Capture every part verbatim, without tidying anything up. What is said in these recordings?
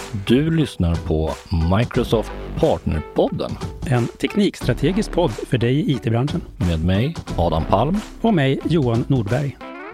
Du lyssnar på Microsoft Partnerpodden. En teknikstrategisk podd för dig i I T-branschen. Med mig, Adam Palm. Och mig, Johan Nordberg.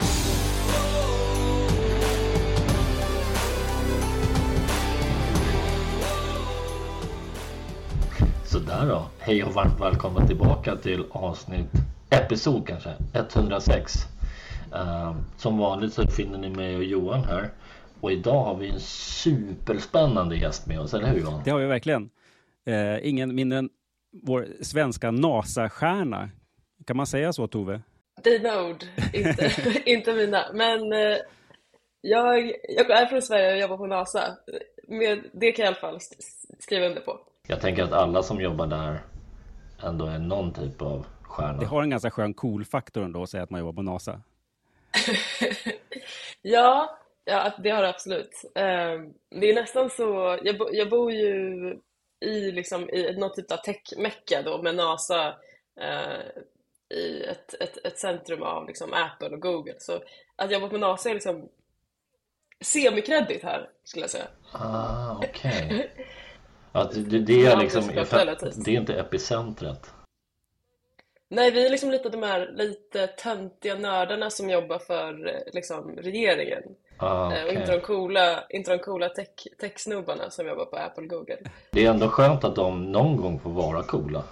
Sådär då. Hej och varmt välkomna tillbaka till avsnitt, episod kanske, etthundrasex. Uh, som vanligt så finner ni mig och Johan här. Och idag har vi en superspännande gäst med oss, eller hur Johan? Det har vi verkligen. Uh, ingen mindre än vår svenska NASA-stjärna. Kan man säga så, Tove? Dina ord, inte, inte mina. Men uh, jag, jag är från Sverige och jobbar på NASA. Med, det kan jag i alla fall skriva under på. Jag tänker att alla som jobbar där ändå är någon typ av stjärna. Det har en ganska skön cool-faktor ändå att säga att man jobbar på NASA. ja, ja, det har det absolut. Det är nästan så, jag, bo, jag bor ju i, liksom, i något typ av tech-mecka då med NASA eh, i ett, ett, ett centrum av liksom, Apple och Google. Så att jobba på NASA är liksom semikredit här, skulle jag säga. Ah, okej. Okay. Ja, det, det är liksom, det är inte epicentret. Nej, vi är liksom lite de här lite töntiga nördarna som jobbar för liksom, regeringen. Ah, okay. Och inte de coola, inte de coola tech, tech-snubbarna som jobbar på Apple och Google. Det är ändå skönt att de någon gång får vara coola.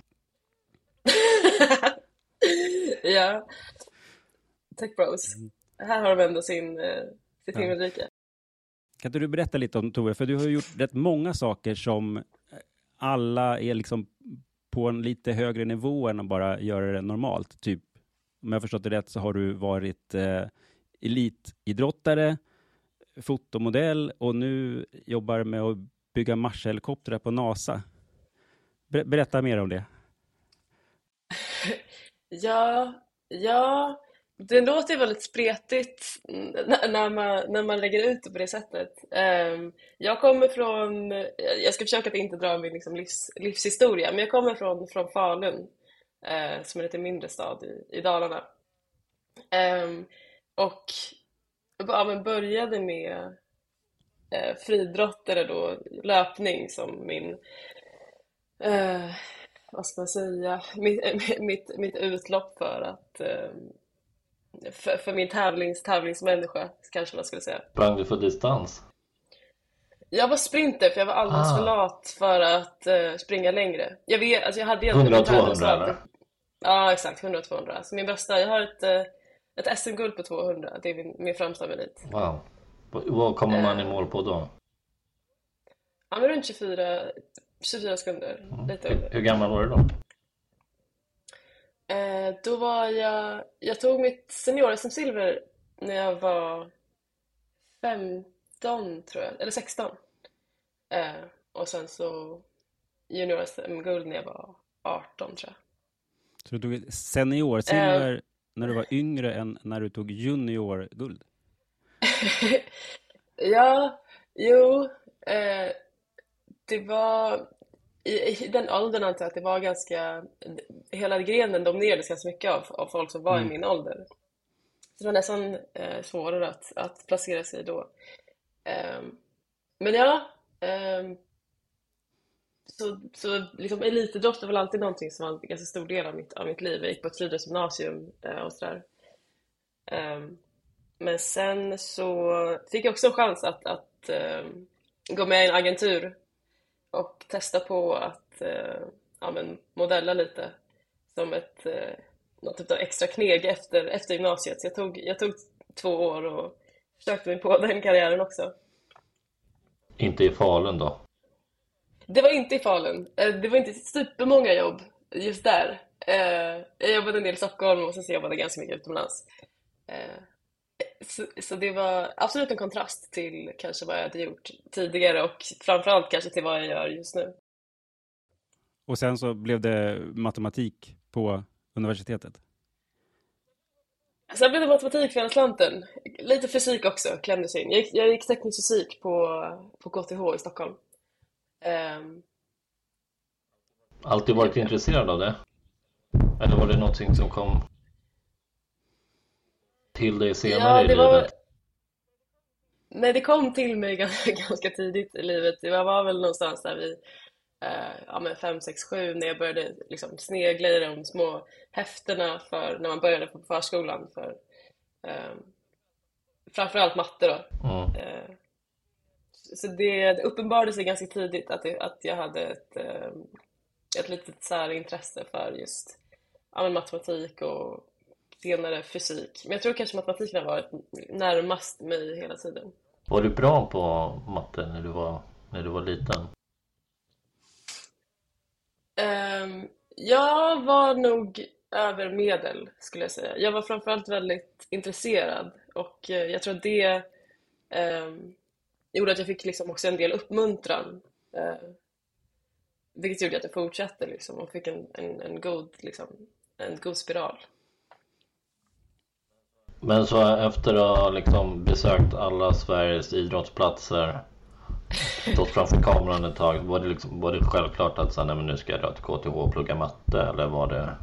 Ja. Tech bros. Här har de ändå sin, sitt himmelrike. Kan inte du berätta lite om Tove? För du har gjort rätt många saker som alla är liksom på en lite högre nivå än att bara göra det normalt. Typ, om jag har förstått det rätt så har du varit eh, elitidrottare, fotomodell och nu jobbar med att bygga Mars-helikoptrar på NASA. Ber- berätta mer om det. ja, ja... Det låter ju väldigt spretigt när man, när man lägger ut det på det sättet. Jag kommer från, jag ska försöka att inte dra min liksom livs, livshistoria, men jag kommer från, från Falun, som är en lite mindre stad i, i Dalarna. Och ja, men började med friidrott eller då löpning som min, vad ska man säga, mitt, mitt, mitt utlopp för att För, för min tävlings, tävlingsmänniska kanske man skulle säga. Sprang du för distans? Jag var sprinter för jag var alldeles ah. för lat för att uh, springa längre. Jag vet, alltså jag hade hundra tvåhundra eller? Ja, exakt, hundra tvåhundra. Så min bästa, jag har ett, ett S M-guld på tvåhundra. Det är min, min främsta merit. Wow. Vad kommer man i mål på då? Ja, men runt tjugofyra, tjugofyra sekunder. Mm. Lite hur, hur gammal var du då? Eh, då var jag, jag tog mitt senior-S M-silver när jag var femton tror jag, eller sexton. Eh, och sen så junior-S M-guld när jag var arton tror jag. Så du tog senior-silver eh, när du var yngre än när du tog junior-guld? ja, jo, eh, det var... I, I den åldern antar jag att det var ganska, hela grenen dominerades ganska mycket av, av folk som var mm. i min ålder. Så det var nästan eh, svårare att, att placera sig då. Um, men ja, um, så, så liksom elitidrott var väl alltid någonting som var en ganska stor del av mitt, av mitt liv. Jag gick på ett friidrottsgymnasium uh, och sådär. Um, men sen så fick jag också en chans att, att um, gå med i en agentur och testa på att eh, ja, men modella lite som ett eh, något typ av extra kneg efter, efter gymnasiet. Så jag tog, jag tog två år och försökte mig på den karriären också. Inte i Falun då? Det var inte i Falun. Det var inte supermånga jobb just där. Jag jobbade en del i Stockholm och sen så jobbade jag ganska mycket utomlands. Så, så det var absolut en kontrast till kanske vad jag hade gjort tidigare och framförallt kanske till vad jag gör just nu. Och sen så blev det matematik på universitetet? Sen blev det matematik för hela slanten. Lite fysik också, klämdes in. Jag gick, jag gick teknisk fysik på, på K T H i Stockholm. Um, Alltid varit intresserad av det? Eller var det någonting som kom till dig senare ja, det i var, livet? nej, det kom till mig ganska, ganska tidigt i livet. Jag var väl någonstans där vid eh, ja, men fem, sex, sju när jag började liksom snegla i de små häftena för när man började på förskolan för eh, framförallt matte då. Mm. Eh, så det, det uppenbarade sig ganska tidigt att, det, att jag hade ett, eh, ett litet så här intresse för just ja, men matematik och senare fysik. Men jag tror kanske matematiken har varit närmast mig hela tiden. Var du bra på matte när du var, när du var liten? Um, jag var nog över medel skulle jag säga. Jag var framförallt väldigt intresserad och uh, jag tror att det um, gjorde att jag fick liksom också en del uppmuntran. Uh, vilket gjorde att jag fortsatte liksom, och fick en, en, en, god, liksom, en god spiral. Men så efter att ha liksom besökt alla Sveriges idrottsplatser, stått framför kameran ett tag, var det, liksom, var det självklart att så, nej, men nu ska jag dra till K T H och plugga matte, eller var det?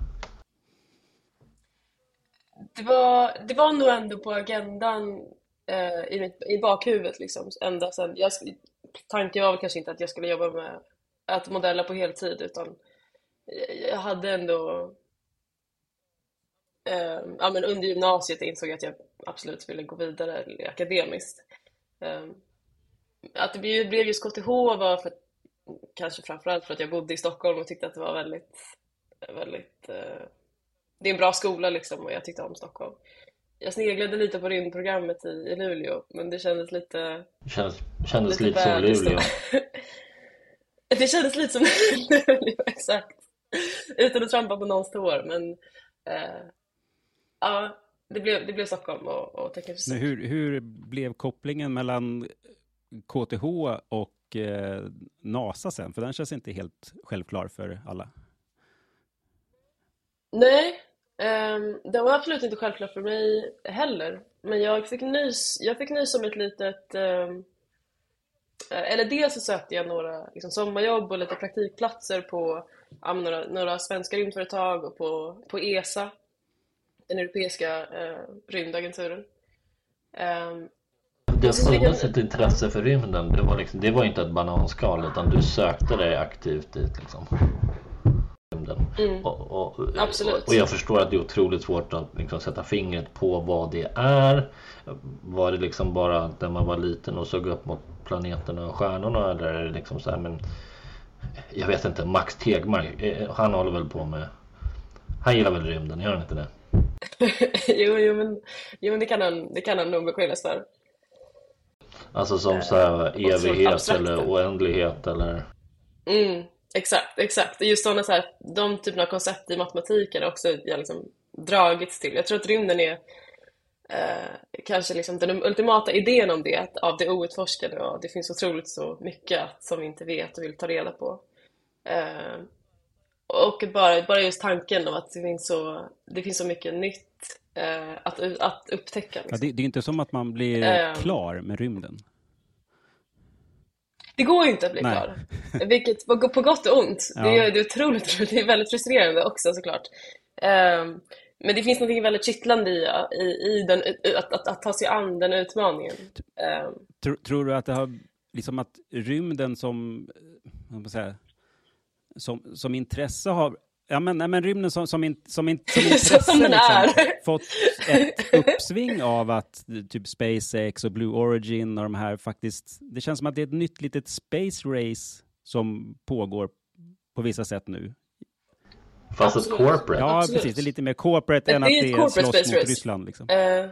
Det var, det var nog ändå på agendan eh, i, mitt, i bakhuvudet liksom, ända sen. Jag, tanken var väl kanske inte att jag skulle jobba med att modella på heltid, utan jag, jag hade ändå eh, ja, men under gymnasiet insåg jag att jag absolut ville gå vidare akademiskt. Eh, att det blev, blev just K T H var för, kanske framförallt för att jag bodde i Stockholm och tyckte att det var väldigt, väldigt eh, det är en bra skola liksom, och jag tyckte om Stockholm. Jag sneglade lite på rymdprogrammet i, i Luleå, men det kändes lite Känns, kändes lite, lite som Luleå. Det kändes lite som Luleå, exakt. Utan att trampa på någons tår, men eh, ja, det blev, det blev Stockholm och, och teknisk fysik. Hur, hur blev kopplingen mellan K T H och eh, NASA sen? För den känns inte helt självklar för alla. Nej, um, det var absolut inte självklart för mig heller. Men jag fick nys, jag fick nys om ett litet... Um, eller dels så sökte jag några liksom, sommarjobb och lite praktikplatser på um, några, några svenska rymdföretag och på, på E S A, den europeiska uh, rymdagenturen. Um, Det har funnits ett intresse för rymden. Det var, liksom, det var inte ett bananskal, utan du sökte dig aktivt dit liksom. Mm. Och, och, Absolut. och jag förstår att det är otroligt svårt att liksom sätta fingret på vad det är. Var det liksom bara när man var liten och såg upp mot planeterna och stjärnorna, eller är det liksom så här, men jag vet inte, Max Tegmark, han håller väl på med, han gillar väl rymden, gör han inte det? jo, jo, men, jo, men det kan han, det kan han nog beskyllas för. Alltså som så här evighet eller oändlighet eller... Mm. Exakt, exakt. Just sådana så här, de typerna av koncept i matematiken är också jag liksom dragits till. Jag tror att rymden är eh, kanske liksom den ultimata idén om det, att av det outforskade, och det finns otroligt så mycket som vi inte vet och vill ta reda på. Eh, och bara, bara just tanken om att det finns så, det finns så mycket nytt eh, att, att upptäcka. Liksom. Ja, det, det är inte som att man blir eh, klar med rymden. Det går ju inte att bli Nej. klar. Vilket på gott och ont. Ja. Det, är, det är otroligt, det är väldigt frustrerande också såklart. Um, men det finns något väldigt kittlande i, i, i den, att, att, att ta sig an den utmaningen. Um, Tror, tror du att det har liksom att rymden som vad man säga, som som intresse har ja men nej, men rymden som som, in, som, in, som intresse som den liksom, är. fått ett uppsving av att typ SpaceX och Blue Origin och de här faktiskt, det känns som att det är ett nytt litet space race som pågår på vissa sätt nu. Fast ett corporate. Ja, Absolut. precis, det är lite mer corporate Det än är att ett det är corporate slåss space mot race. Ryssland liksom. uh,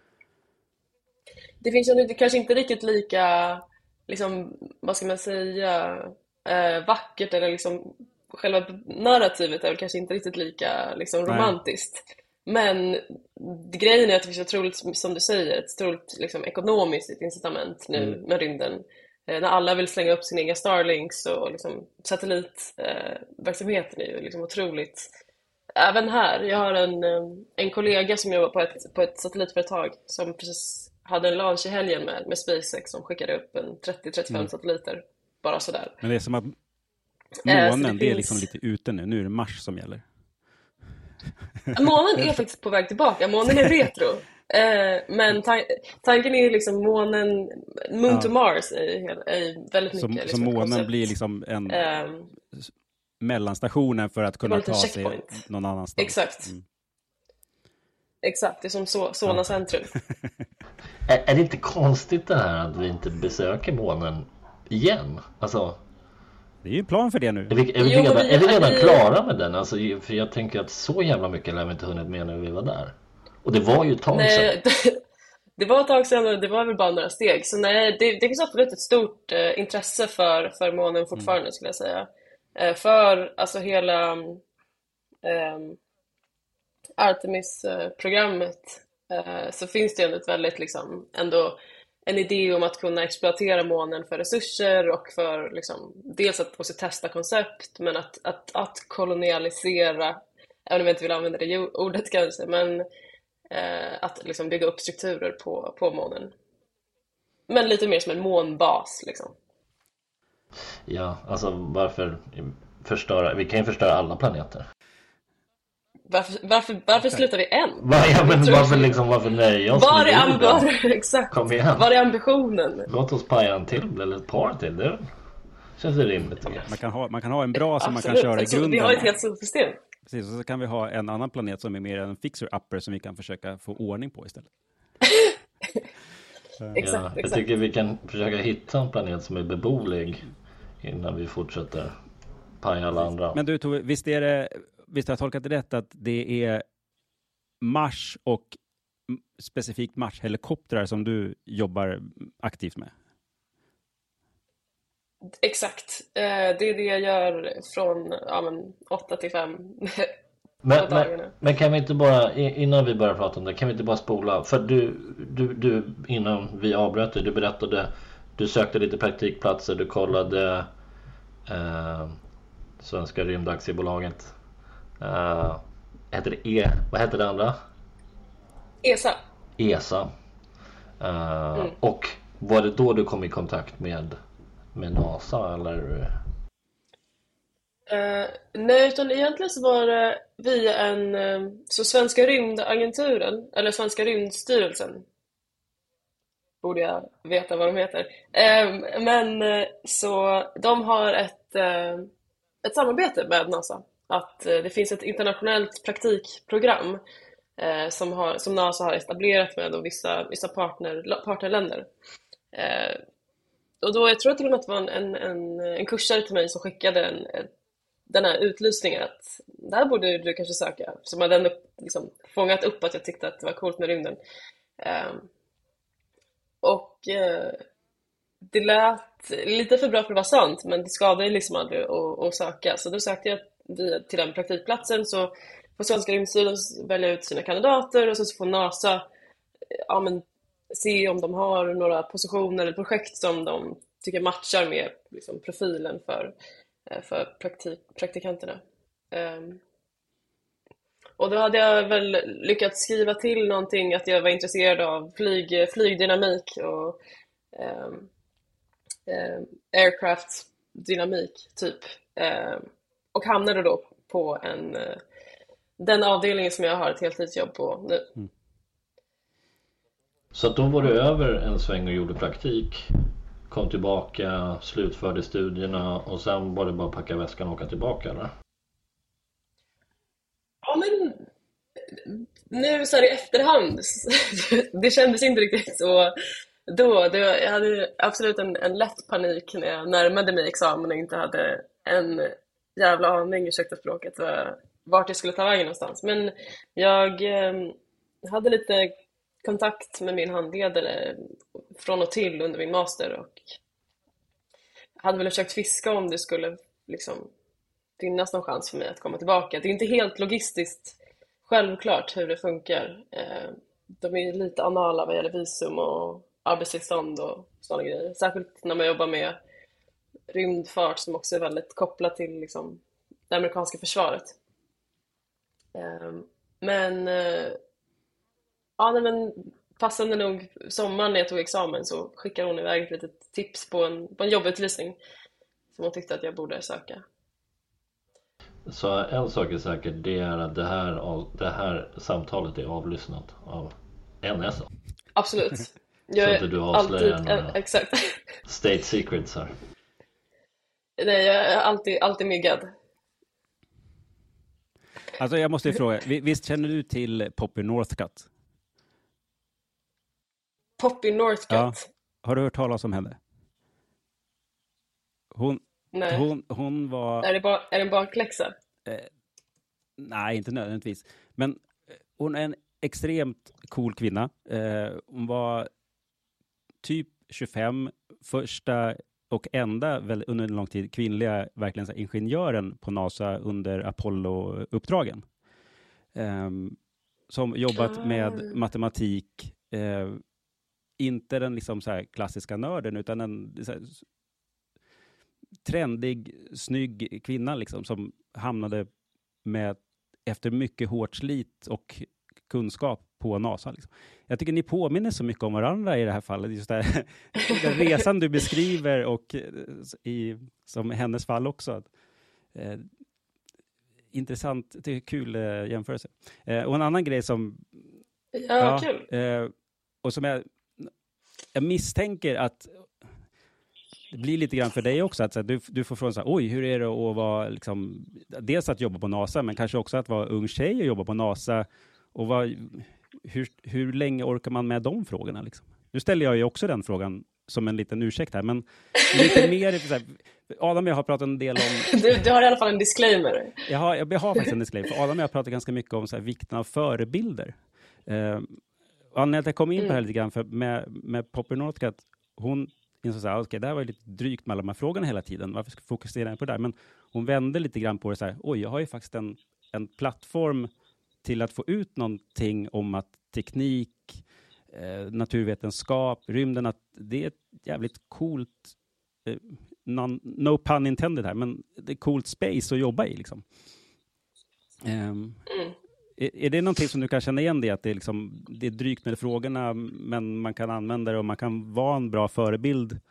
det finns ju kanske inte riktigt lika liksom, vad ska man säga uh, vackert, eller liksom själva narrativet är väl kanske inte riktigt lika liksom, romantiskt. Men grejen är att det finns otroligt, som du säger, ett otroligt liksom, ekonomiskt incitament nu Mm. med rymden. Eh, när alla vill slänga upp sina egna Starlinks och liksom, satellitverksamheten eh, är ju liksom otroligt. Även här, jag har en, en kollega som jobbar på ett, på ett satellitföretag som precis hade en launch i helgen med, med SpaceX som skickade upp en trettio till trettiofem Mm. satelliter. Bara sådär. Men det är som att Eh, så månen, det det är finns- liksom lite ute nu. Nu är det Mars som gäller. Månen är faktiskt på väg tillbaka. Månen är retro. Eh, men ta- tanken är ju liksom månen, Moon Ja. to Mars är, ju hel- är ju väldigt mycket Så, liksom så ett månen koncept. blir liksom en Ehm, mellanstationen för att det var kunna en liten ta sig checkpoint. någon annanstans. Exakt. Mm. Exakt, det är som so- Solna Ja. centrum. Är, är det inte konstigt det här att vi inte besöker månen igen? Alltså, Det är ju en plan för det nu. är vi, är vi, Jo, men redan, vi- är vi redan vi- klara med den? Alltså, för jag tänker att så jävla mycket lär vi inte hunnit med när vi var där. Och det var ju ett tag sedan. Nej, det var ett tag sedan och det var väl bara några steg. Så nej, det, det finns absolut ett stort eh, intresse för, för månen fortfarande Mm. skulle jag säga. Eh, för alltså hela eh, Artemis-programmet eh, så finns det ändå ett väldigt liksom, ändå en idé om att kunna exploatera månen för resurser och för liksom, dels att också testa koncept, men att, att, att kolonialisera, även om jag inte vill använda det ordet kanske, men eh, att liksom bygga upp strukturer på, på månen. Men lite mer som en månbas liksom. Ja, alltså varför förstöra? Vi kan ju förstöra alla planeter. Varför, varför, varför slutar vi än? Va, ja, men tror- varför liksom, varför nöja oss Var med är, jorden? ambi- exakt. Kom igen. Var är ambitionen? Låt oss paja en till, eller ett par till. Det känns det rimligt. tycker jag. Man kan ha, man kan ha en bra som man kan Absolut. köra i Alltså, grunden. vi har ett helt solsystem. Precis, och så kan vi ha en annan planet som är mer en fixer-upper som vi kan försöka få ordning på istället. Exakt, Ja, jag exakt. tycker vi kan försöka hitta en planet som är beboelig innan vi fortsätter paja alla andra. Men du Tove, visst är det, visst har jag tolkat det rätt att det är Mars och m- specifikt Mars-helikoptrar som du jobbar aktivt med? Exakt. Eh, det är det jag gör från ja, men, åtta till fem Men, på dagarna. men, men kan vi inte bara, i- innan vi börjar prata om det, kan vi inte bara spola? För du, du, du innan vi avbröt dig, du berättade, du sökte lite praktikplatser, du kollade eh, Svenska rymdaktiebolaget. Eh, heter det E, vad heter det andra? E S A. E S A. Eh, Mm. Och var det då du kom i kontakt med, med NASA eller? Eh, nej, utan egentligen så var det via en eh, så Svenska rymdagenturen, eller Svenska rymdstyrelsen, borde jag veta vad de heter. Eh, men eh, så de har ett, eh, ett samarbete med NASA. Att eh, det finns ett internationellt praktikprogram eh, som, har, som NASA har etablerat med och vissa, vissa partner, partnerländer. Eh, och då, jag tror till och med att det var en, en, en kursare till mig som skickade en, en, den här utlysningen att där borde du kanske söka. Som hade ändå liksom fångat upp att jag tyckte att det var coolt med rymden. Eh, och eh, det lät lite för bra för att vara sant, men det skadade liksom aldrig att, att söka. Så då sökte jag via, till den praktikplatsen, så får Svenska rymdstyrelsen välja ut sina kandidater och så får NASA ja, men, se om de har några positioner eller projekt som de tycker matchar med liksom, profilen för, för praktik, praktikanterna. Um, och då hade jag väl lyckats skriva till någonting att jag var intresserad av flyg, flygdynamik och um, um, aircraft dynamik typ. Um, och hamnade då på en, uh, den avdelningen som jag har ett heltidsjobb på nu. Mm. Så att då var du över en sväng och gjorde praktik, kom tillbaka, slutförde studierna och sen var det bara att packa väskan och åka tillbaka, eller? Ja, men nu så här i efterhand, det kändes inte riktigt så då. Det, jag hade absolut en, en lätt panik när jag närmade mig examen och inte hade en jävla aning, ursäkta språket, vart jag skulle ta vägen någonstans. Men jag eh, hade lite kontakt med min handledare från och till under min master och hade väl försökt fiska om det skulle liksom finnas någon chans för mig att komma tillbaka. Det är inte helt logistiskt självklart hur det funkar. De är lite anala vad gäller visum och arbetstillstånd och sådana grejer. Särskilt när man jobbar med rymdfart som också är väldigt kopplat till liksom det amerikanska försvaret. Men ja, nej, men passande nog sommaren när jag tog examen så skickade hon iväg ett litet tips på en, på en jobbutlysning som hon tyckte att jag borde söka. Så en sak är säkert, det är att det här, av- det här samtalet är avlyssnat av Än är så. Absolut. Jag Så är inte du avslöjar alltid, några eh, exakt. state secrets här. Nej, jag är alltid, alltid myggad. Alltså jag måste ju fråga, vi- visst känner du till Poppy Northcutt? Poppy Northcutt? Ja. Har du hört talas om henne? Hon, Nej. hon, hon var... Är det, ba- är det en bakläxa? Eh, nej, inte nödvändigtvis. Men eh, hon är en extremt cool kvinna. Eh, hon var typ tjugofem, första och enda väl under en lång tid kvinnliga verkligen så här, ingenjören på NASA under Apollo-uppdragen. Eh, som jobbat Ah. med matematik. Eh, inte den liksom så här klassiska nörden utan en så här, trendig, snygg kvinna liksom, som hamnade med efter mycket hårt slit och kunskap på NASA. Liksom. Jag tycker ni påminner så mycket om varandra i det här fallet. Just det här, den resan du beskriver och i, som hennes fall också. Att, eh, intressant, det är kul eh, jämförelse. Eh, och en annan grej som... Ja, kul. Eh, och som jag, jag misstänker att det blir lite grann för dig också att så här, du, du får från så här, oj, hur är det att vara liksom, dels att jobba på NASA men kanske också att vara ung tjej och jobba på NASA och vad, hur, hur länge orkar man med de frågorna liksom? Nu ställer jag ju också den frågan som en liten ursäkt här, men lite mer så här, Adam och jag har pratat en del om... Du, du har i alla fall en disclaimer. Jag har, jag har faktiskt en disclaimer, för Adam och jag har pratat ganska mycket om så här, vikten av förebilder. Uh, Anledningen att jag kom in på det här lite grann, för med, med Poppy Northcutt, hon insåg så här, okej, okay, det här var lite drygt med alla de här frågorna hela tiden. Varför ska jag fokusera på det där? Men hon vände lite grann på det så här, oj, jag har ju faktiskt en, en plattform till att få ut någonting om att teknik, eh, naturvetenskap, rymden, att det är ett jävligt coolt, eh, non, no pun intended här, men det är coolt space att jobba i liksom. Um, Mm. är, är det någonting som du kan känna igen det, att det är, liksom, det är drygt med frågorna men man kan använda det och man kan vara en bra förebild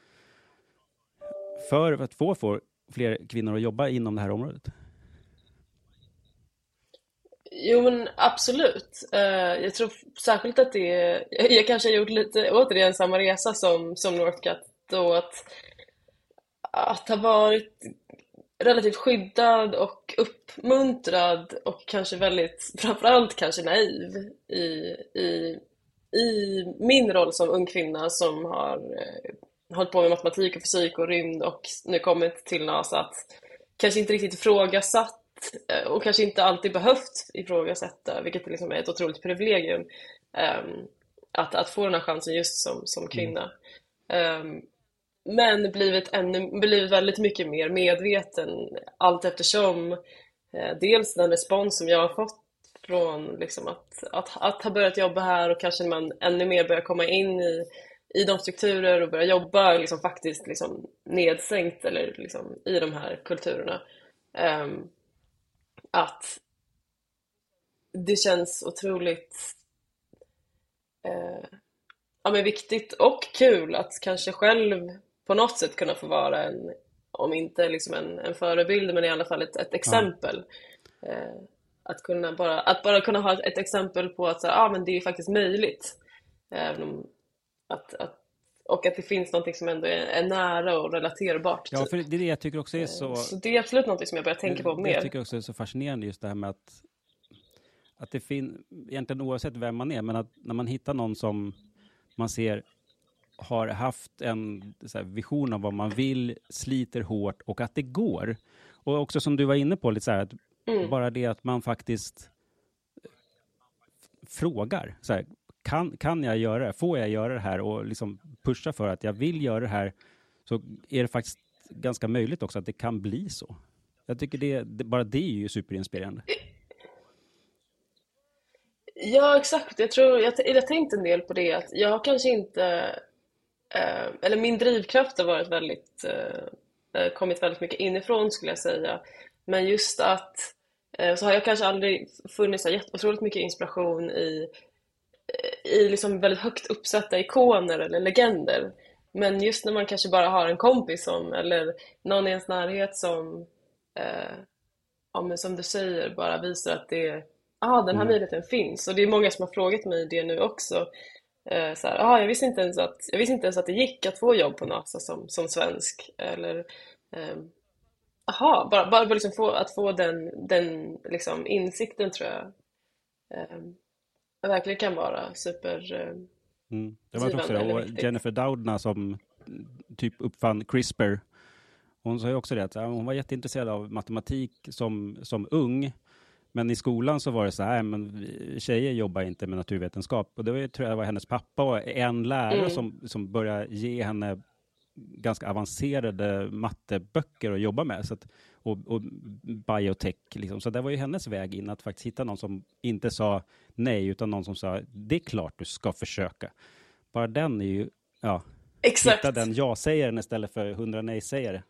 för att få, få fler kvinnor att jobba inom det här området? Jo, men absolut. Eh, jag tror särskilt att det är... Jag kanske har gjort lite, återigen, samma resa som, som Northcutt. Då att, att ha varit relativt skyddad och uppmuntrad och kanske väldigt, framförallt kanske naiv i, i, i min roll som ung kvinna som har eh, hållit på med matematik och fysik och rymd och nu kommit till NASA, att kanske inte riktigt ifrågasatt och kanske inte alltid behövt ifrågasätta, vilket liksom är ett otroligt privilegium, um, att, att få den här chansen just som, som kvinna. Um, men blivit, ännu, blivit väldigt mycket mer medveten allt eftersom, uh, dels den respons som jag har fått från liksom att, att, att ha börjat jobba här och kanske man ännu mer börjar komma in i, i de strukturer och börja jobba liksom faktiskt liksom nedsänkt eller liksom i de här kulturerna. Um, att det känns otroligt eh, ja, men viktigt och kul att kanske själv på något sätt kunna få vara en, om inte liksom en, en förebild, men i alla fall ett, ett exempel. Ja. Eh, att, kunna bara, att bara kunna ha ett, ett exempel på att så här, ah, men det är faktiskt möjligt. Även om, att, att, och att det finns något som ändå är, är nära och relaterbart. Ja, typ. för det är det jag tycker också är så... Så det är absolut något som jag börjar tänka på det, mer. Jag tycker också är så fascinerande just det här med att, att det finns, egentligen oavsett vem man är, men att när man hittar någon som man ser har haft en så här, vision av vad man vill, sliter hårt och att det går. Och också som du var inne på, lite så här, att mm. bara det att man faktiskt frågar, så här, kan, kan jag göra det? Får jag göra det här? Och liksom pusha för att jag vill göra det här, så är det faktiskt ganska möjligt också att det kan bli så. Jag tycker det, det bara det är ju superinspirerande. Ja, exakt. Jag tror jag, jag tänkte en del på det, att jag har kanske inte eh, eller min drivkraft har varit väldigt eh, kommit väldigt mycket inifrån, skulle jag säga. Men just att eh, så har jag kanske aldrig funnit så jätteotroligt mycket inspiration i i liksom väldigt högt uppsatta ikoner eller legender. Men just när man kanske bara har en kompis som, eller någon i ens närhet som eh, ja, men som du säger, bara visar att det, ah, den här Mm. möjligheten finns. Och det är många som har frågat mig det nu också. Eh, så här, ah, jag visste inte ens att, jag visste inte ens att det gick att få jobb på NASA som, som svensk. Eller, ehm, aha, bara, bara liksom få, att få den, den liksom insikten tror jag ehm, verkligen kan vara super... ehm, Mm. Det var också det. givande eller Och viktigt. Jennifer Doudna som typ uppfann CRISPR. Hon sa ju också det att ja, hon var jätteintresserad av matematik som, som ung. Men i skolan så var det så här, men vi- tjejer jobbar inte med naturvetenskap. Och det var ju, tror jag var hennes pappa och en lärare Mm. som, som började ge henne ganska avancerade matteböcker att jobba med. Så att, och, och biotech liksom. Så det var ju hennes väg in att faktiskt hitta någon som inte sa nej, utan någon som sa, det är klart du ska försöka. Bara den är ju, ja, Exakt. hitta den ja-sägaren istället för hundra nej-sägare.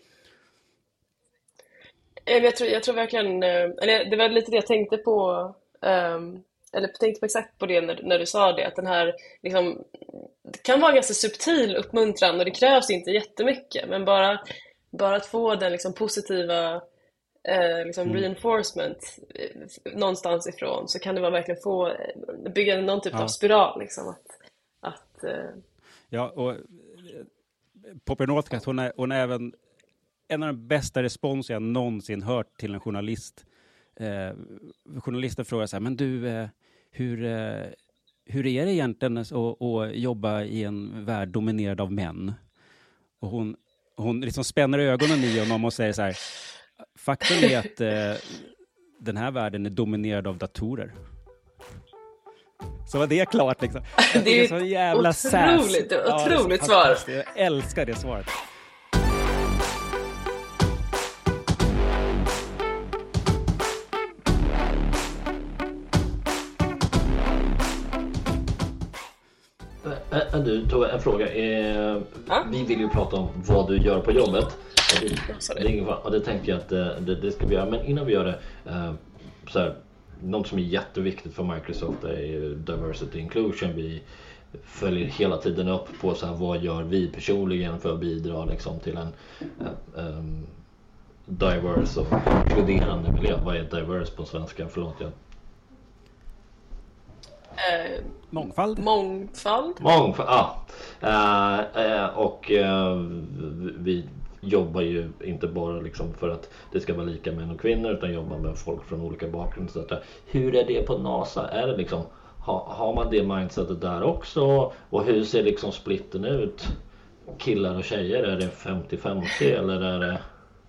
Eh, men Jag tror, jag tror verkligen, eh, eller det var lite det jag tänkte på, ehm, eller tänkte på exakt på det när, när du sa det, att den här liksom, det kan vara en ganska subtil uppmuntran och det krävs inte jättemycket, men bara, bara att få den liksom positiva eh, liksom Mm. reinforcement eh, någonstans ifrån, så kan det vara verkligen få eh, bygga någon typ Ja. av spiral liksom, att, att eh, Ja, och Poppy Northcutt, hon är, hon är även en av de bästa responser jag någonsin hört till en journalist. Eh, journalisten frågar så här, men du, eh, hur, eh, hur är det egentligen att, att jobba i en värld dominerad av män? Och hon, hon liksom spänner ögonen i honom och säger så här, faktum är att eh, den här världen är dominerad av datorer. Så var det klart liksom. Jag Det är tycker så jävla sass. otroligt, det är Ja, det är så otroligt svar. fantastiskt. Jag älskar det svaret. Ä- ä- Du, Tove, en fråga. Eh, Ja? Vi vill ju prata om vad du gör på jobbet. Och det, sorry. det, är ingen fara. Och det tänkte jag att eh, det, det ska vi göra. Men innan vi gör det, eh, så här, något som är jätteviktigt för Microsoft är ju diversity inclusion. Vi följer hela tiden upp på så här, vad gör vi personligen för att bidra liksom, till en eh, em, diverse och inkluderande miljö. Vad är diverse på svenska? Förlåt, jag Eh, Mångfald. mångfald. Mångfald, ja. Eh, eh, och eh, vi jobbar ju inte bara liksom för att det ska vara lika män och kvinnor, utan jobbar med folk från olika bakgrunder. Så att, eh, hur är det på NASA? Är det liksom, ha, har man det mindsetet där också? Och hur ser liksom splitten ut? Killar och tjejer, är det femtio femtio eller är det...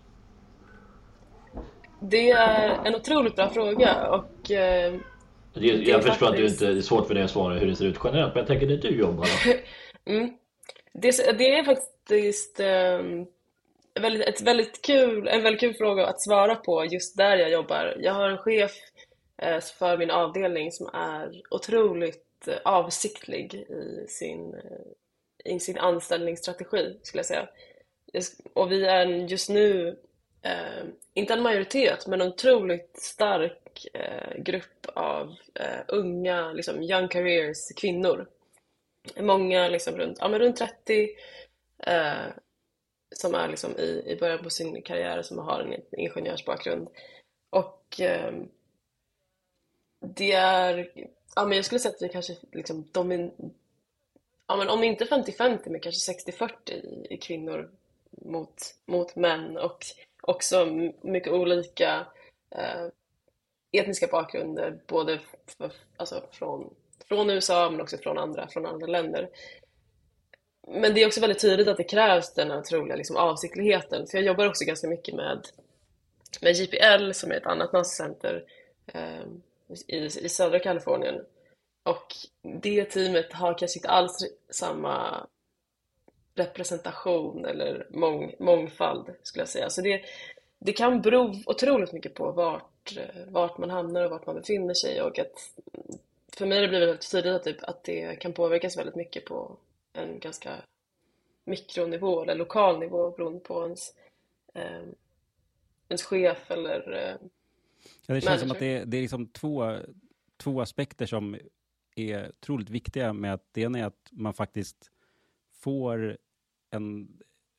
Det är en otroligt bra fråga och eh, Jag, jag Det är förstår att du faktiskt- inte, det är svårt för dig att svara hur det ser ut generellt, men jag tänker det du jobbar då. mm, det, det är faktiskt eh, väldigt, ett väldigt kul, en väldigt kul fråga att svara på just där jag jobbar. Jag har en chef eh, för min avdelning som är otroligt eh, avsiktlig i sin, eh, i sin anställningsstrategi, skulle jag säga. Jag sk- Och vi är just nu eh, inte en majoritet, men en otroligt stark eh, grupp av eh, unga, liksom young careers kvinnor. Många liksom runt, ja, men runt trettio eh, som är liksom i, i början på sin karriär, som har en ingenjörsbakgrund. Och eh, det är, ja, men jag skulle säga att vi kanske liksom domin, ja, men om inte femtio femtio, men kanske sextio fyrtio i, i kvinnor mot, mot män, och också m- mycket olika eh, etniska bakgrunder, både f- alltså från, från U S A men också från andra, från andra länder. Men det är också väldigt tydligt att det krävs den här otroliga liksom, avsiktligheten. För jag jobbar också ganska mycket med, med J P L, som är ett annat NASA-center eh, i, i södra Kalifornien. Och det teamet har kanske inte alls samma representation eller mång, mångfald, skulle jag säga. Så det, det kan bero otroligt mycket på vart, eh, vart man hamnar och vart man befinner sig. Och att, för mig har det blivit väldigt tydligt att, typ, att det kan påverkas väldigt mycket på en ganska mikronivå eller lokal nivå, beroende på ens, eh, ens chef eller eh, Ja, det känns som manager. att det är, det är liksom två, två aspekter som är otroligt viktiga med att det ena är att man faktiskt får en,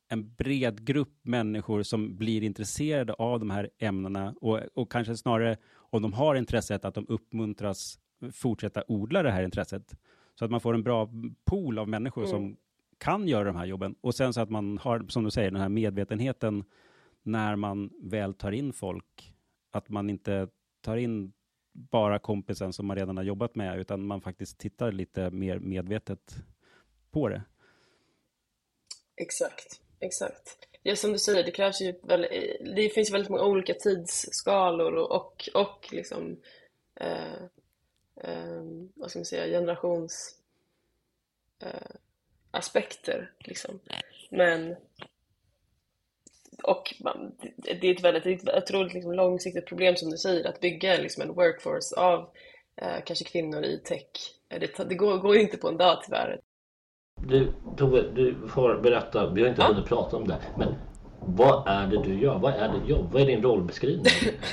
en bred grupp människor som blir intresserade av de här ämnena och, och kanske snarare om de har intresset att de uppmuntras fortsätta odla det här intresset. Så att man får en bra pool av människor mm. som kan göra de här jobben. Och sen så att man har, som du säger, den här medvetenheten när man väl tar in folk. Att man inte tar in bara kompisen som man redan har jobbat med, utan man faktiskt tittar lite mer medvetet på det. Exakt, exakt. Ja, som du säger, det krävs ju väldigt, det finns väldigt många olika tidsskalor och, och, och liksom eh, eh, vad ska man säga, generations eh, aspekter liksom. Men och man, det är ett väldigt, det är ett otroligt liksom långsiktigt problem som du säger, att bygga liksom en workforce av eh, kanske kvinnor i tech. Det, det går, går inte på en dag tyvärr. Du, Tove, du får berätta, vi har inte ja. hunnit prata om det, men vad är det du gör? Vad är ditt jobb? Vad är din rollbeskrivning?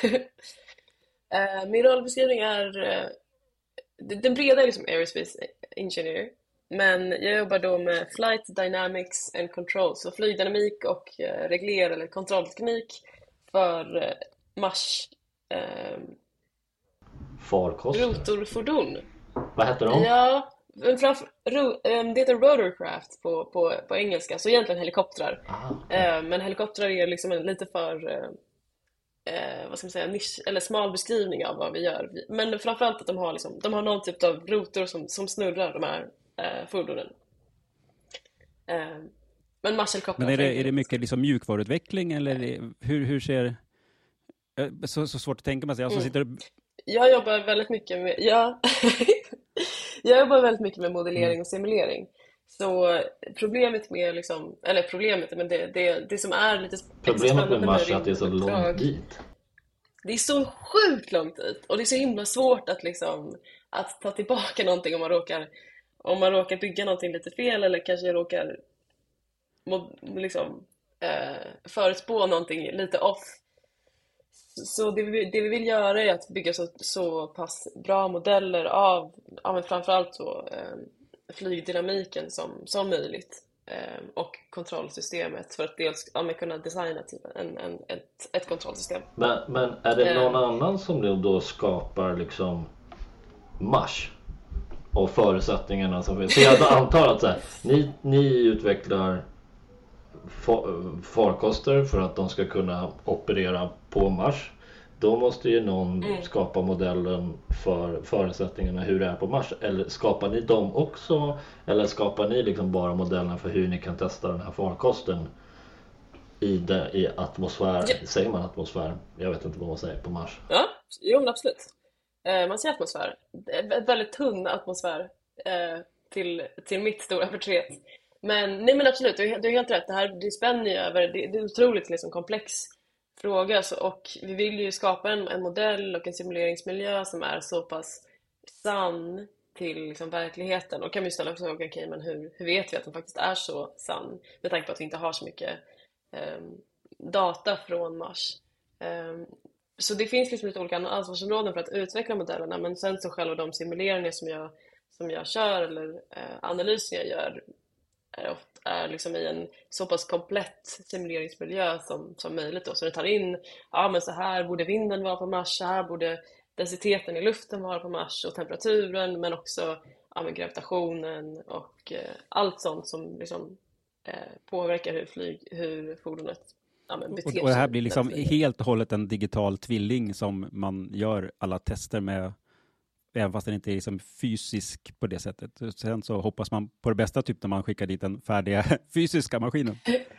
uh, min rollbeskrivning är uh, den breda är liksom aerospace engineer, men jag jobbar då med flight dynamics and control, så flygdynamik och uh, regler eller kontrollteknik för uh, Mars uh, farkoster. Rotorfordon. Vad heter de? Ja, framför, ro, det heter rotorcraft på, på, på engelska, så egentligen helikoptrar. Ah, okay. Men helikoptrar är liksom en lite för eh, vad ska man säga, nisch, eller smal beskrivning av vad vi gör. Men framförallt att de har, liksom, de har någon typ av rotor som, som snurrar de här eh, fordonen. Eh, men Mars-helikoptrar... Men är det, är det mycket liksom mjukvaruutveckling, eller är det, hur, hur ser... Så, så svårt att tänka sig. Alltså, mm. sitter... Jag jobbar väldigt mycket med... Ja. Jag jobbar väldigt mycket med modellering och simulering. Så problemet med liksom, eller problemet, men det, det, det som är lite problemet med Mars är att det är så långt dit. Det är så sjukt långt dit, och det är så himla svårt att liksom att ta tillbaka någonting om man råkar om man råkar bygga någonting lite fel, eller kanske råkar liksom eh, förutspå någonting lite off. Så det vi, det vi vill göra är att bygga så, så pass bra modeller av, ja, men framförallt så, eh, flygdynamiken som, som möjligt, eh, och kontrollsystemet, för att dels ja, kunna designa typ en, en, ett, ett kontrollsystem. Men, men är det någon eh, annan som då skapar liksom Mars och förutsättningarna som finns? Så jag antar att så här, ni, ni utvecklar farkoster för att de ska kunna operera på Mars. Då måste ju någon mm. skapa modellen för förutsättningarna hur det är på Mars. Eller skapar ni dem också? Eller skapar ni liksom bara modellerna för hur ni kan testa den här farkosten i, det, i atmosfär? Ja. Säger man atmosfär? Jag vet inte vad man säger på Mars. Ja, jo men absolut. Eh, man säger atmosfär. En väldigt tunn atmosfär eh, till, till mitt stora förtret. Men nej, men absolut, du är helt rätt. Det här det spänner ju över, det, det är otroligt liksom komplex fråga, så, och vi vill ju skapa en, en modell och en simuleringsmiljö som är så pass sann till liksom verkligheten. Och kan vi ställa frågan, okej, okay, men hur, hur vet vi att den faktiskt är så sann, med tanke på att vi inte har så mycket eh, data från Mars. Eh, så det finns liksom lite olika ansvarsområden för att utveckla modellerna, men sen så själva de simuleringar som jag, som jag kör, eller eh, analyser jag gör, är, ofta, är liksom i en så pass komplett simuleringsmiljö som, som möjligt då. Så det tar in, ja men så här borde vinden vara på Mars, så här borde densiteten i luften vara på Mars, och temperaturen, men också ja, men gravitationen och eh, allt sånt som liksom, eh, påverkar hur, flyg, hur fordonet ja, men beter sig. Och det här blir liksom helt och hållet en digital tvilling som man gör alla tester med, även fast den inte är liksom fysisk på det sättet. Sen så hoppas man på det bästa typ när man skickar dit den färdiga fysiska maskinen.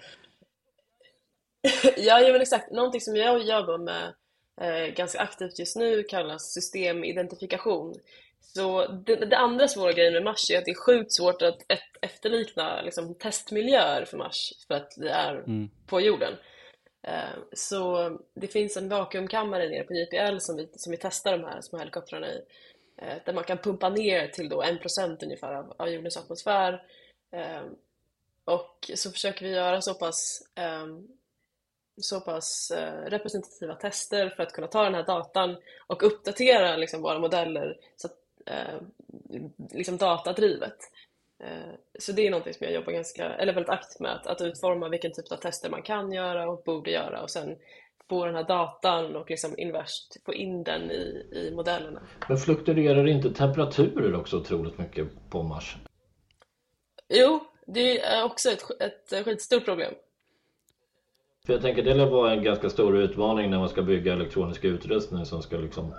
Ja, men exakt. Någonting som jag jobbar med eh, ganska aktivt just nu kallas systemidentifikation. Så det, det andra svåra grejen med Mars är att det är sjukt svårt att ett, efterlikna liksom, testmiljöer för Mars, för att det är mm. på jorden. Eh, så det finns en vakuumkammare nere på J P L som vi, som vi testar de här små helikoptrarna i. Där man kan pumpa ner till då en procent ungefär av, av jordens atmosfär. Eh, och så försöker vi göra så pass, eh, så pass eh, representativa tester för att kunna ta den här datan och uppdatera liksom, våra modeller så att, eh, liksom datadrivet. Eh, så det är någonting som jag jobbar ganska, eller väldigt aktivt med, att, att utforma vilken typ av tester man kan göra och borde göra, och sen få den här datan och liksom invest, få in den i, i modellerna. Men fluktuerar inte temperaturer också otroligt mycket på Mars? Jo, det är också ett, ett skitstort problem. För jag tänker det lär vara en ganska stor utmaning när man ska bygga elektronisk utrustning som ska liksom...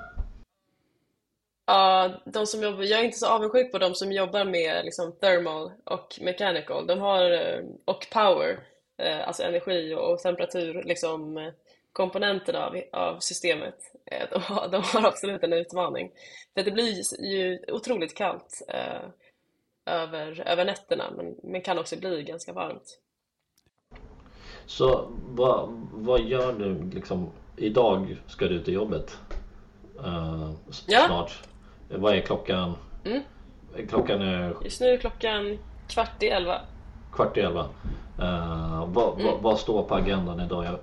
Ja, de som jobbar, jag är inte så avundsjuk på de som jobbar med liksom thermal och mechanical. De har, eh, och power, eh, alltså energi och temperatur, liksom eh, komponenterna av, av systemet. Eh, de, har, de har absolut en utmaning. För det blir ju otroligt kallt eh, över, över nätterna, men, men kan också bli ganska varmt. Så vad, vad gör du liksom? Idag ska du till jobbet uh, Ja. snart. Vad är klockan? Mm. Klockan är Just nu är klockan kvart i elva. kvart i elva. Uh, vad, Mm. vad, vad står på agendan idag? Jag...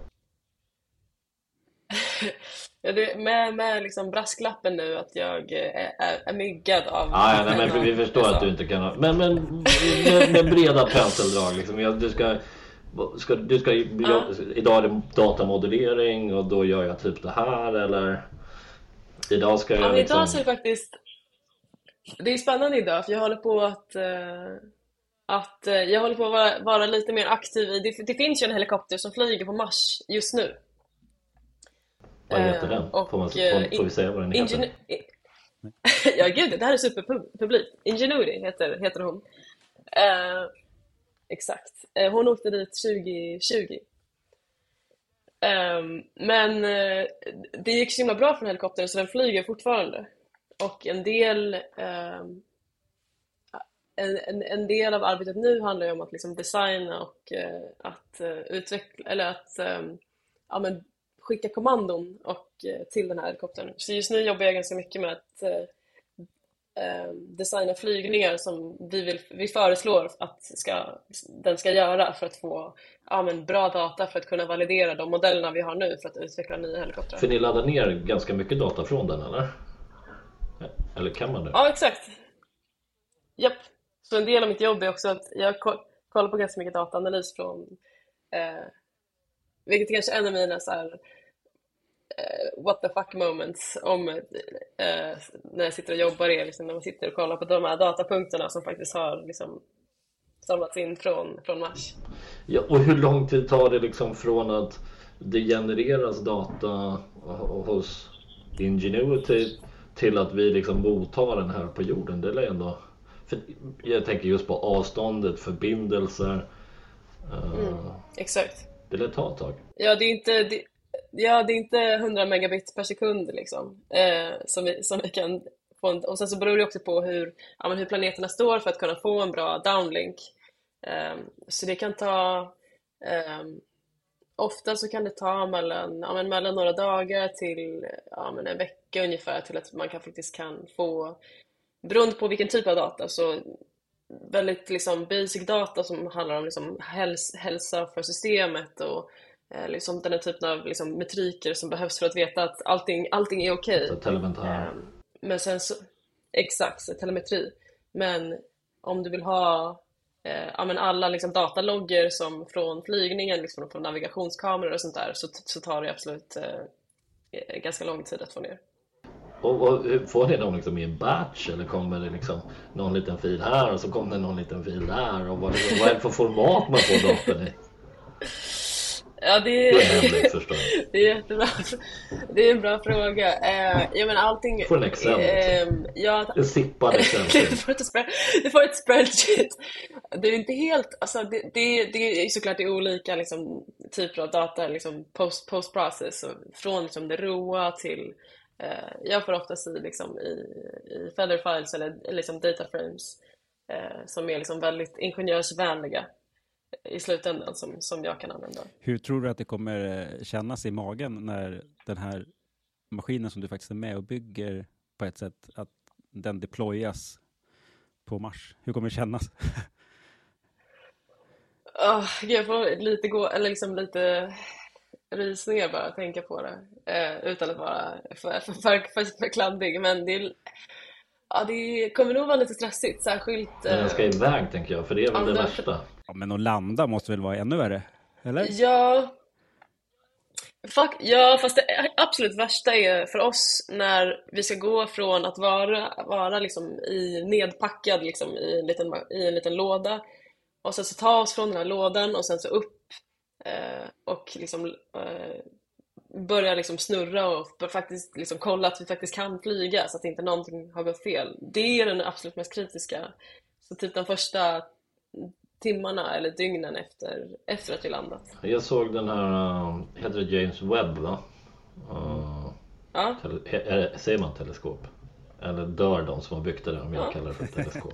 Ja, det, med med liksom brasklappen nu att jag är, är, är myggad av... Ah, ja, nej, men vi förstår att du inte kan ha... Men, men med, med breda penseldrag liksom. Jag, du ska... Ska, du ska, Ja. idag är det datamodellering och då gör jag typ det här, eller idag ska jag Ja, men liksom... idag så är det faktiskt... Det är spännande idag, för jag håller på att... eh, att eh, jag håller på att vara, vara lite mer aktiv i... Det, det finns ju en helikopter som flyger på Mars just nu. Vad heter Eh, den? och, Får, man, eh, får, får vi säga vad den heter? Ingenu- Ja, gud, det här är superpublikt. Ingenuity heter, heter hon. Eh, exakt. Eh, hon åkte dit tjugo tjugo. Ehm, men eh, det gick så himla bra för den helikoptern så den flyger fortfarande. Och en del ehm, en, en, en del av arbetet nu handlar ju om att liksom designa och eh, att eh, utveckla, eller att ehm, ja, men skicka kommandon och, eh, till den här helikoptern. Så just nu jobbar jag ganska mycket med att eh, eh, designa flygningar som vi, vill, vi föreslår att ska, den ska göra för att få ja, men bra data för att kunna validera de modellerna vi har nu för att utveckla nya helikoptrar. För ni laddar ner ganska mycket data från den, eller? Eller kan man det? Ja, exakt. Japp. Så en del av mitt jobb är också att jag ko- kollar på ganska mycket dataanalys från eh, vilket kanske är en av mina så här, eh, what the fuck moments om eh, när jag sitter och jobbar är liksom när man sitter och kollar på de här datapunkterna som faktiskt har liksom samlats in från, från Mars. Ja, och hur lång tid tar det liksom från att det genereras data hos Ingenuity till att vi liksom mottar den här på jorden? Det är ändå... För jag tänker just på avståndet, förbindelser. Mm, exakt. Det lär ta ett tag. Ja, det är inte, det, ja, det är inte hundra megabit per sekund liksom, eh, som, vi, som vi kan få en, och sen så beror det också på hur, ja, men hur planeterna står för att kunna få en bra downlink. Eh, så det kan ta, eh, ofta så kan det ta mellan, ja, men mellan några dagar till ja, men en vecka ungefär till att man kan, faktiskt kan få, beroende på vilken typ av data, så väldigt liksom basic data som handlar om liksom häls hälsa för systemet och eh, liksom den här typen av liksom metriker som behövs för att veta att allting, allting är okej. Så telemetär. Eh, men sen så, exakt, så telemetri. Men om du vill ha eh, ja, men alla liksom datalogger som från flygningen, liksom från navigationskameror och sånt där, så, så tar det absolut eh, ganska lång tid att få ner. Och, och får ni dem liksom i en batch, eller kommer det liksom någon liten fil här och så kommer det någon liten fil där, och vad, vad är det för format man får datorn i? Ja, det Det är, är hemligt förstås. det är jättebra. Det är en bra fråga. Eh, ja, men allting... Får en Excel, liksom. eh, ja, En zippad du, exempel. får ett spread, du får ett spreadsheet. Det är inte helt... Alltså, det, det, det är såklart det är olika liksom, typer av data, liksom post, post-process. Från liksom, det råa till... Eh, jag får oftast i, liksom, i, i feather files eller liksom, data frames eh, som är liksom, väldigt ingenjörsvänliga i slutändan som, som jag kan använda. Hur tror du att det kommer kännas i magen när den här maskinen som du faktiskt är med och bygger på ett sätt, att den deployas på Mars? Hur kommer det kännas? Oh, jag får lite gå, eller liksom lite rysningar bara att tänka på det eh, utan att vara för, för, för, för, för kladdig, men det är, Ja, det kommer nog vara lite stressigt, särskilt... Men den ska iväg, tänker jag, för det är väl det andra- värsta. Ja, men att landa måste väl vara ännu värre? Eller? Ja, fuck, ja, fast det absolut värsta är för oss när vi ska gå från att vara, vara liksom i nedpackad liksom i, en liten, i en liten låda och sen så ta oss från den här lådan och sen så upp eh, och liksom eh, börja liksom snurra och faktiskt liksom kolla att vi faktiskt kan flyga så att inte någonting har gått fel. Det är den absolut mest kritiska. Så typ de första timmarna eller dygnen efter, efter att vi landat. Jag såg den här, uh, heter det James Webb, va? Uh, Ja. tele- he- är- säger man teleskop? Eller dör de som har byggt det där, om jag Ja. kallar det för teleskop?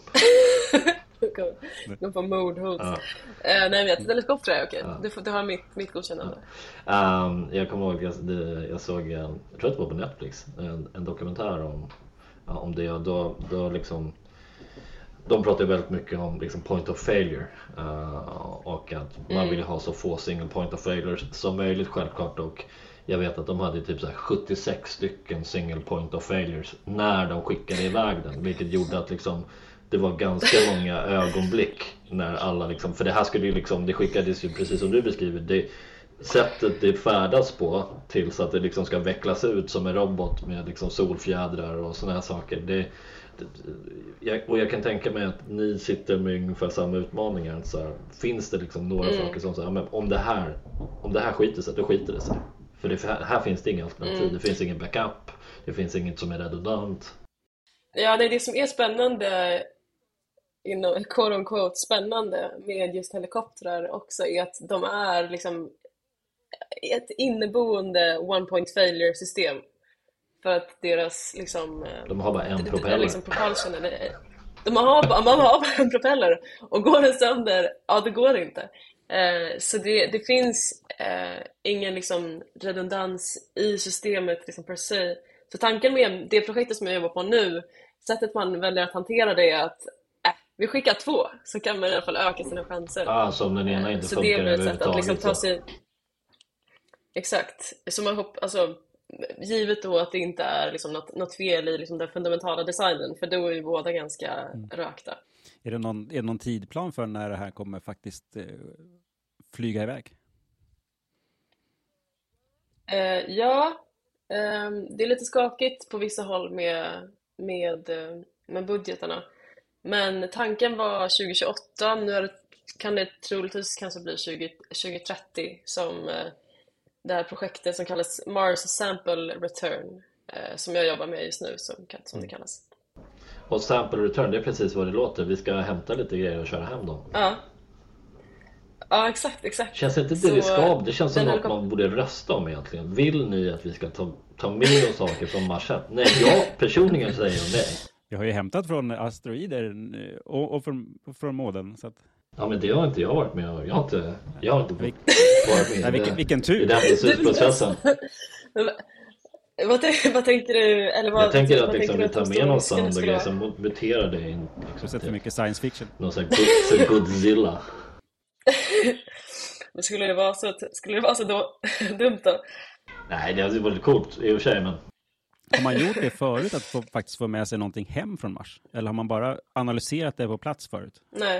De får mordhot. Ja. Eh, nej, vet, teleskop tror jag är okej. Ja. Du, får, du har mitt, mitt godkännande. Um, jag kommer ihåg, jag, det, jag såg, en, jag tror att det var på Netflix, en, en dokumentär om, ja, om det. Och då, då liksom, de pratar ju väldigt mycket om liksom point of failure, uh, och att man Mm. vill ha så få single point of failures som möjligt, självklart. Och jag vet att de hade typ så här sjuttiosex stycken single point of failures när de skickade iväg den, vilket gjorde att liksom det var ganska många ögonblick när alla liksom, för det här skulle ju liksom, det skickades ju precis som du beskriver, det sättet det färdas på tills att det liksom ska vecklas ut som en robot med liksom solfjädrar och såna här saker. Det, det, jag, och jag kan tänka mig att ni sitter med ungefär samma utmaningar. Så här, finns det liksom några Mm. saker som så här, men om det här om det här skiter sig, då skiter det sig. För det, här, här finns det inga alternativ, Mm. det finns ingen backup, det finns inget som är redundant. Ja, det är det som är spännande inom quote on quote spännande med just helikoptrar också är att de är liksom ett inneboende one point failure system för att deras liksom De har bara en det- det- propeller. liksom propulsion eller de har bara, man har bara en propeller och går den sönder, ja det går inte. Eh, så det, det finns eh, ingen liksom redundans i systemet liksom per se. Så tanken med det projektet som jag jobbar på nu, sättet man väljer att hantera det är att äh, vi skickar två så kan man i alla fall öka sina chanser. Ah, så om den ena inte Så funkar det är väl ett sätt att liksom ta överhuvudtaget. sig... Exakt. Så man hopp... alltså, givet då att det inte är liksom något, något fel i liksom den fundamentala designen, för då är ju båda ganska rökta. Är det någon, är det någon tidplan för när det här kommer faktiskt eh, flyga iväg? Eh, ja, ehm, det är lite skakigt på vissa håll med, med, eh, med budgetarna. Men tanken var tjugo tjugoåtta, nu är det, kan det troligtvis kanske bli tjugo, tjugo trettio som eh, det här projektet som kallas Mars Sample Return, eh, som jag jobbar med just nu, som, kan- som det kallas. Och sample return, det är precis vad det låter. Vi ska hämta lite grejer och köra hem dem. Ja, ja exakt, exakt. Känns inte det Så, riskabelt? Det känns som den något helikop- man borde rösta om egentligen. Vill ni att vi ska ta, ta med oss saker från Mars hem? Nej, jag personligen säger nej. Jag har ju hämtat från asteroider eh, och, och från, från månen. Så att, Ja, men det har inte jag varit med om. Jag har inte, jag har inte Vil- varit med nej, i vilken, det- vilken i tur! den beslutsprocessen. Men vad- Vad, tänk, vad tänker du? Eller vad, Jag tänker vad att liksom, vi tänker tar du med att de någon skulle- sand och skulle grejer vara? som muterar det in. Du har Liksom, sett för till mycket science fiction. någon sån här God- så Godzilla. Men skulle det vara så, skulle det vara så då, dumt då? Nej, det hade varit coolt i och för sig, men Har man gjort det förut att få, faktiskt få med sig någonting hem från Mars? Eller har man bara analyserat det på plats förut? Nej.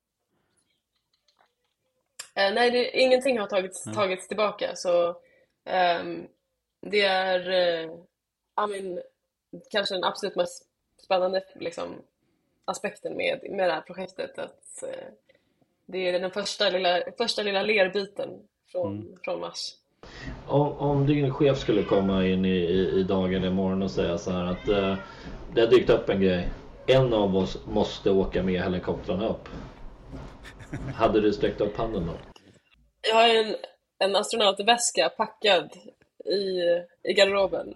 Eh, nej, det, ingenting har tagits, Nej. tagits tillbaka. Så ehm, det är eh, I mean, kanske den absolut mest spännande liksom, aspekten med, med det här projektet. Att eh, det är den första lilla, första lilla lerbiten från, Mm. från Mars. Om, om din chef skulle komma in i, i, i dagen imorgon och säga så här att eh, det har dykt upp en grej. En av oss måste åka med helikoptrarna upp. Hade du sträckt upp handen då? Jag har en, en astronautväska packad i, i garderoben.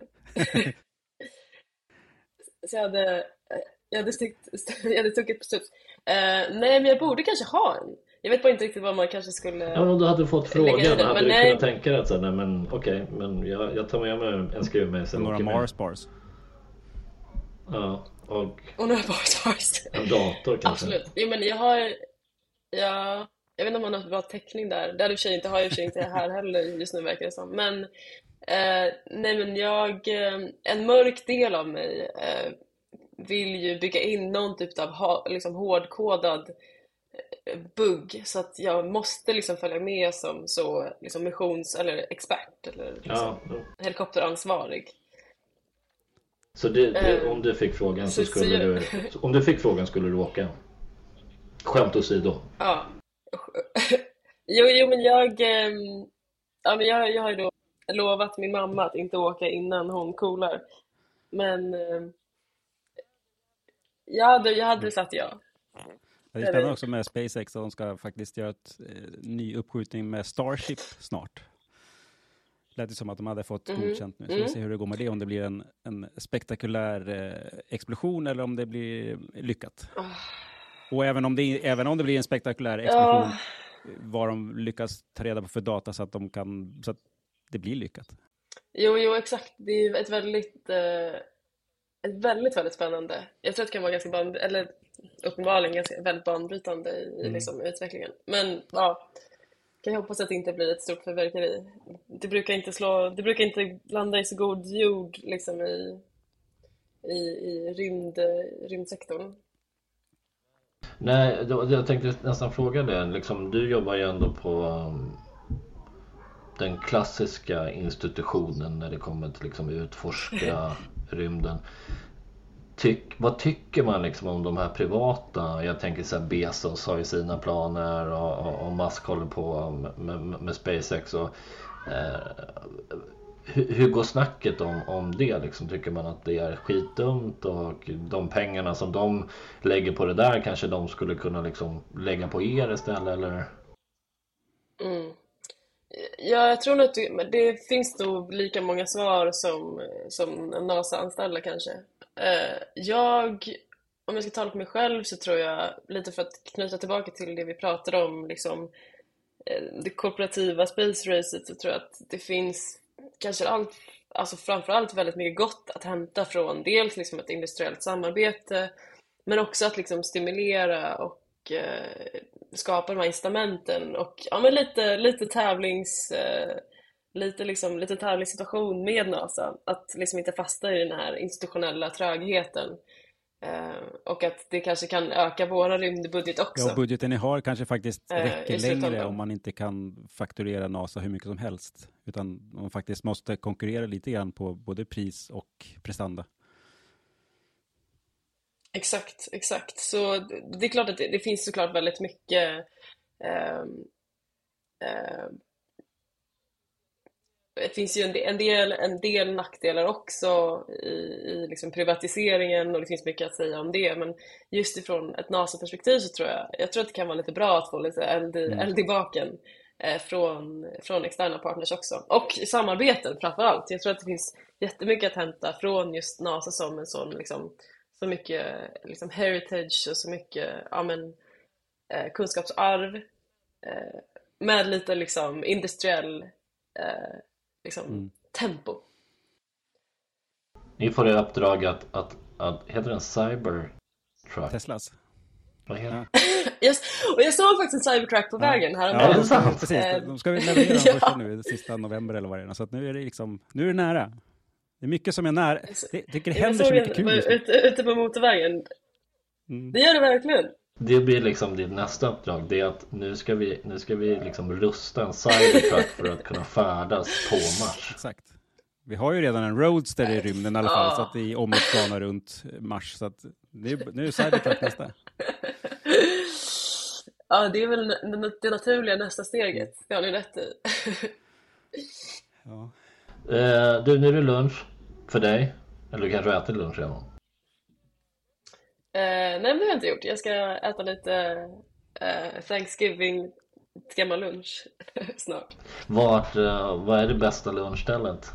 Så jag hade, jag hade, styckt, jag hade stuckit på studs. Eh, nej, men jag borde kanske ha en. Jag vet bara inte riktigt vad man kanske skulle... Ja, men om du hade fått Lägga i frågan, den, hade men du nej. kunnat tänka dig att säga, nej men okej, men jag, jag tar med mig en skruv med sig och Några åker med. Mars bars. Ja, och Och några bars. en dator kanske. Absolut. Jo, men jag har... Jag, jag vet inte om man har bra täckning där. Det hade jag i och för sig inte, har jag i och för sig inte här heller just nu, verkar det som. Men, eh, nej men jag... eh, En mörk del av mig eh, vill ju bygga in någon typ av ha, liksom hårdkodad bugg, så att jag måste liksom följa med som så liksom missions- eller expert eller liksom Ja. helikopteransvarig. Så det, det, Eh, om du fick frågan så så- skulle så du jag- om du fick frågan skulle du åka. Skämt åsido. Ja. Jo, jo men jag, ehm, ja, men jag, jag har ju då lovat min mamma att inte åka innan hon coolar. Men ehm, jag hade, jag hade sagt ja. Det är spännande också med SpaceX, och de ska faktiskt göra ett eh, ny uppskjutning med Starship snart. Det lät ju som att de hade fått Mhm. godkänt nu. Så vi får se hur det går med det, om det blir en, en spektakulär eh, explosion eller om det blir lyckat. Och även om det, även om det blir en spektakulär explosion, Ja. vad de lyckas ta reda på för data så att de kan, så att det blir lyckat. Jo, jo, exakt. Det är ju ett väldigt, eh, ett väldigt, väldigt spännande. Jag tror att det kan vara ganska ban, eller uppenbarligen ganska väldigt banbrytande i, i liksom, utvecklingen. Men ja, kan jag hoppas att det inte blir ett stort förverkeri. Det brukar inte slå, det brukar inte landa i så god jord liksom i, i, i rymd, rymdsektorn. Nej, då- jag tänkte nästan fråga det. Liksom, du jobbar ju ändå på um, den klassiska institutionen när det kommer till liksom utforska rymden. Tyck, vad tycker man liksom om de här privata? Jag tänker så här, Bezos har ju sina planer och, och, och Musk håller på med, med, med SpaceX. Och, eh, hur, hur går snacket om, om det? Liksom, tycker man att det är skitdumt, och de pengarna som de lägger på det där kanske de skulle kunna liksom lägga på er istället? Eller? Mm. Ja, jag tror nog att det, men det finns nog lika många svar som, som en NASA-anställda kanske. Eh, jag, om jag ska tala för mig själv, så tror jag, lite för att knyta tillbaka till det vi pratade om, liksom, eh, det korporativa space-racet, så tror jag att det finns kanske allt, alltså framförallt väldigt mycket gott att hämta från dels liksom ett industriellt samarbete, men också att liksom stimulera och eh, skapa de här incitamenten och ja, men lite, lite tävlings eh, lite, liksom, lite tävlingssituation med NASA, att liksom inte fastna i den här institutionella trögheten, eh, och att det kanske kan öka våra rymdbudget också. Ja, och budgeten ni har kanske faktiskt Eh, räcker i slutändan. längre om man inte kan fakturera NASA hur mycket som helst. Utan man faktiskt måste konkurrera lite grann på både pris och prestanda. Exakt, exakt. Så det det är klart att det, det finns såklart väldigt mycket ehm, ehm, det finns ju en del, en del, en del nackdelar också i, i liksom privatiseringen, och det finns mycket att säga om det, men just ifrån ett NASA-perspektiv så tror jag, jag tror att det kan vara lite bra att få lite eld i, Mm. eld i baken eh, från, från externa partners också, och samarbeten framförallt. Jag tror att det finns jättemycket att hämta från just NASA som en sån liksom, så mycket liksom heritage och så mycket ja, men, eh, kunskapsarv eh, med lite liksom industriell eh, liksom, Mm. tempo. Ni får det uppdrag att, att, att heter den Cybertruck? Teslas. Vad heter? Ja. Yes. Och jag såg faktiskt en Cybertruck på vägen här. Ja, är det de ska, sant? precis. Eh, De ska leverera den ja. första nu, sista november eller vad det är. Så att nu är det liksom, nu är det nära. Det är mycket som är nära. Det, det, det Jag händer såg så mycket en- kul just nu. ute, ute på motorvägen. Mm. Det gör det verkligen. Det blir liksom ditt nästa uppdrag. Det är att nu ska vi, nu ska vi liksom rusta en Cybertruck för att kunna färdas på Mars. Exakt. Vi har ju redan en Roadster i rymden i alla fall, Ja. så att det är omloppsbana runt Mars. Så att det är, nu är Cybertruck nästa. Ja, det är väl det, det naturliga nästa steget. Det har ni rätt i. Ja. Eh, du, nu är det lunch för dig. Eller du kanske äter lunch redan. Eh, nej, men det har jag inte gjort. Jag ska äta lite eh, Thanksgiving gammal lunch snart. Vart, eh, vad är det bästa lunchstället?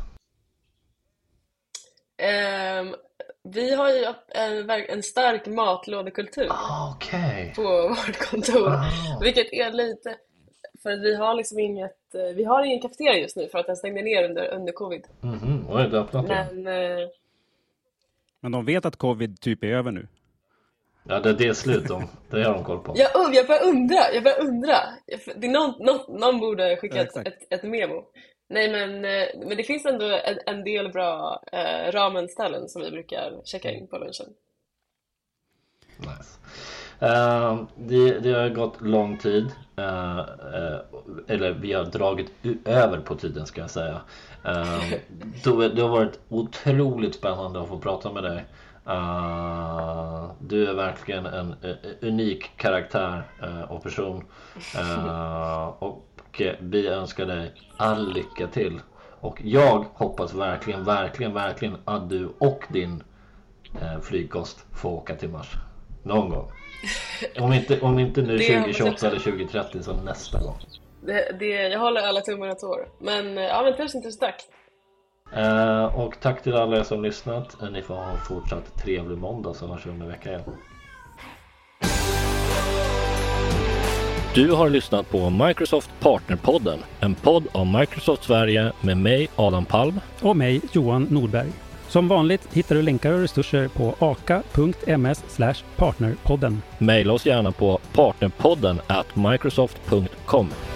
Ehm, vi har ju en, verk- en stark matlådekultur Ah, okej. på vårt kontor, Ah. vilket är lite för att vi har liksom inget, eh, vi har ingen kafeteria just nu för att den stängde ner under, under covid. Mhm, och inte öppnat den? Men eh, Men de vet att covid typ är över nu. Ja, det, det är slut om. Det har de koll på. jag, und- jag börjar undra, jag börjar undra. Jag- Det är någon, någon, någon borde skicka Ja, ett, exakt. ett, ett memo. Nej, men, eh, men det finns ändå en, en del bra eh, ramenställen som vi brukar checka in på lunchen. Nice. Uh, det, det har gått lång tid. Uh, uh, eller vi har dragit över på tiden, ska jag säga. Uh, det, det har varit otroligt spännande att få prata med dig. Uh, du är verkligen en uh, unik karaktär uh, och person. Uh, och vi önskar dig all lycka till. Och jag hoppas verkligen, verkligen, verkligen att du och din uh, flygkost får åka till Mars någon gång. Om inte, om inte nu tjugo tjugoåtta eller tjugo trettio, så nästa gång. Det, det, jag håller alla tummar och tår. Men ja, men tusen, tusen tack. Uh, och tack till alla som lyssnat. Ni får ha en fortsatt trevlig måndag, så hörs vi om en vecka igen. Du har lyssnat på Microsoft Partnerpodden, en podd om Microsoft Sverige med mig Adam Palm och mig Johan Nordberg. Som vanligt hittar du länkar och resurser på aka.ms slash partnerpodden. Maila oss gärna på partnerpodden at microsoft punkt com.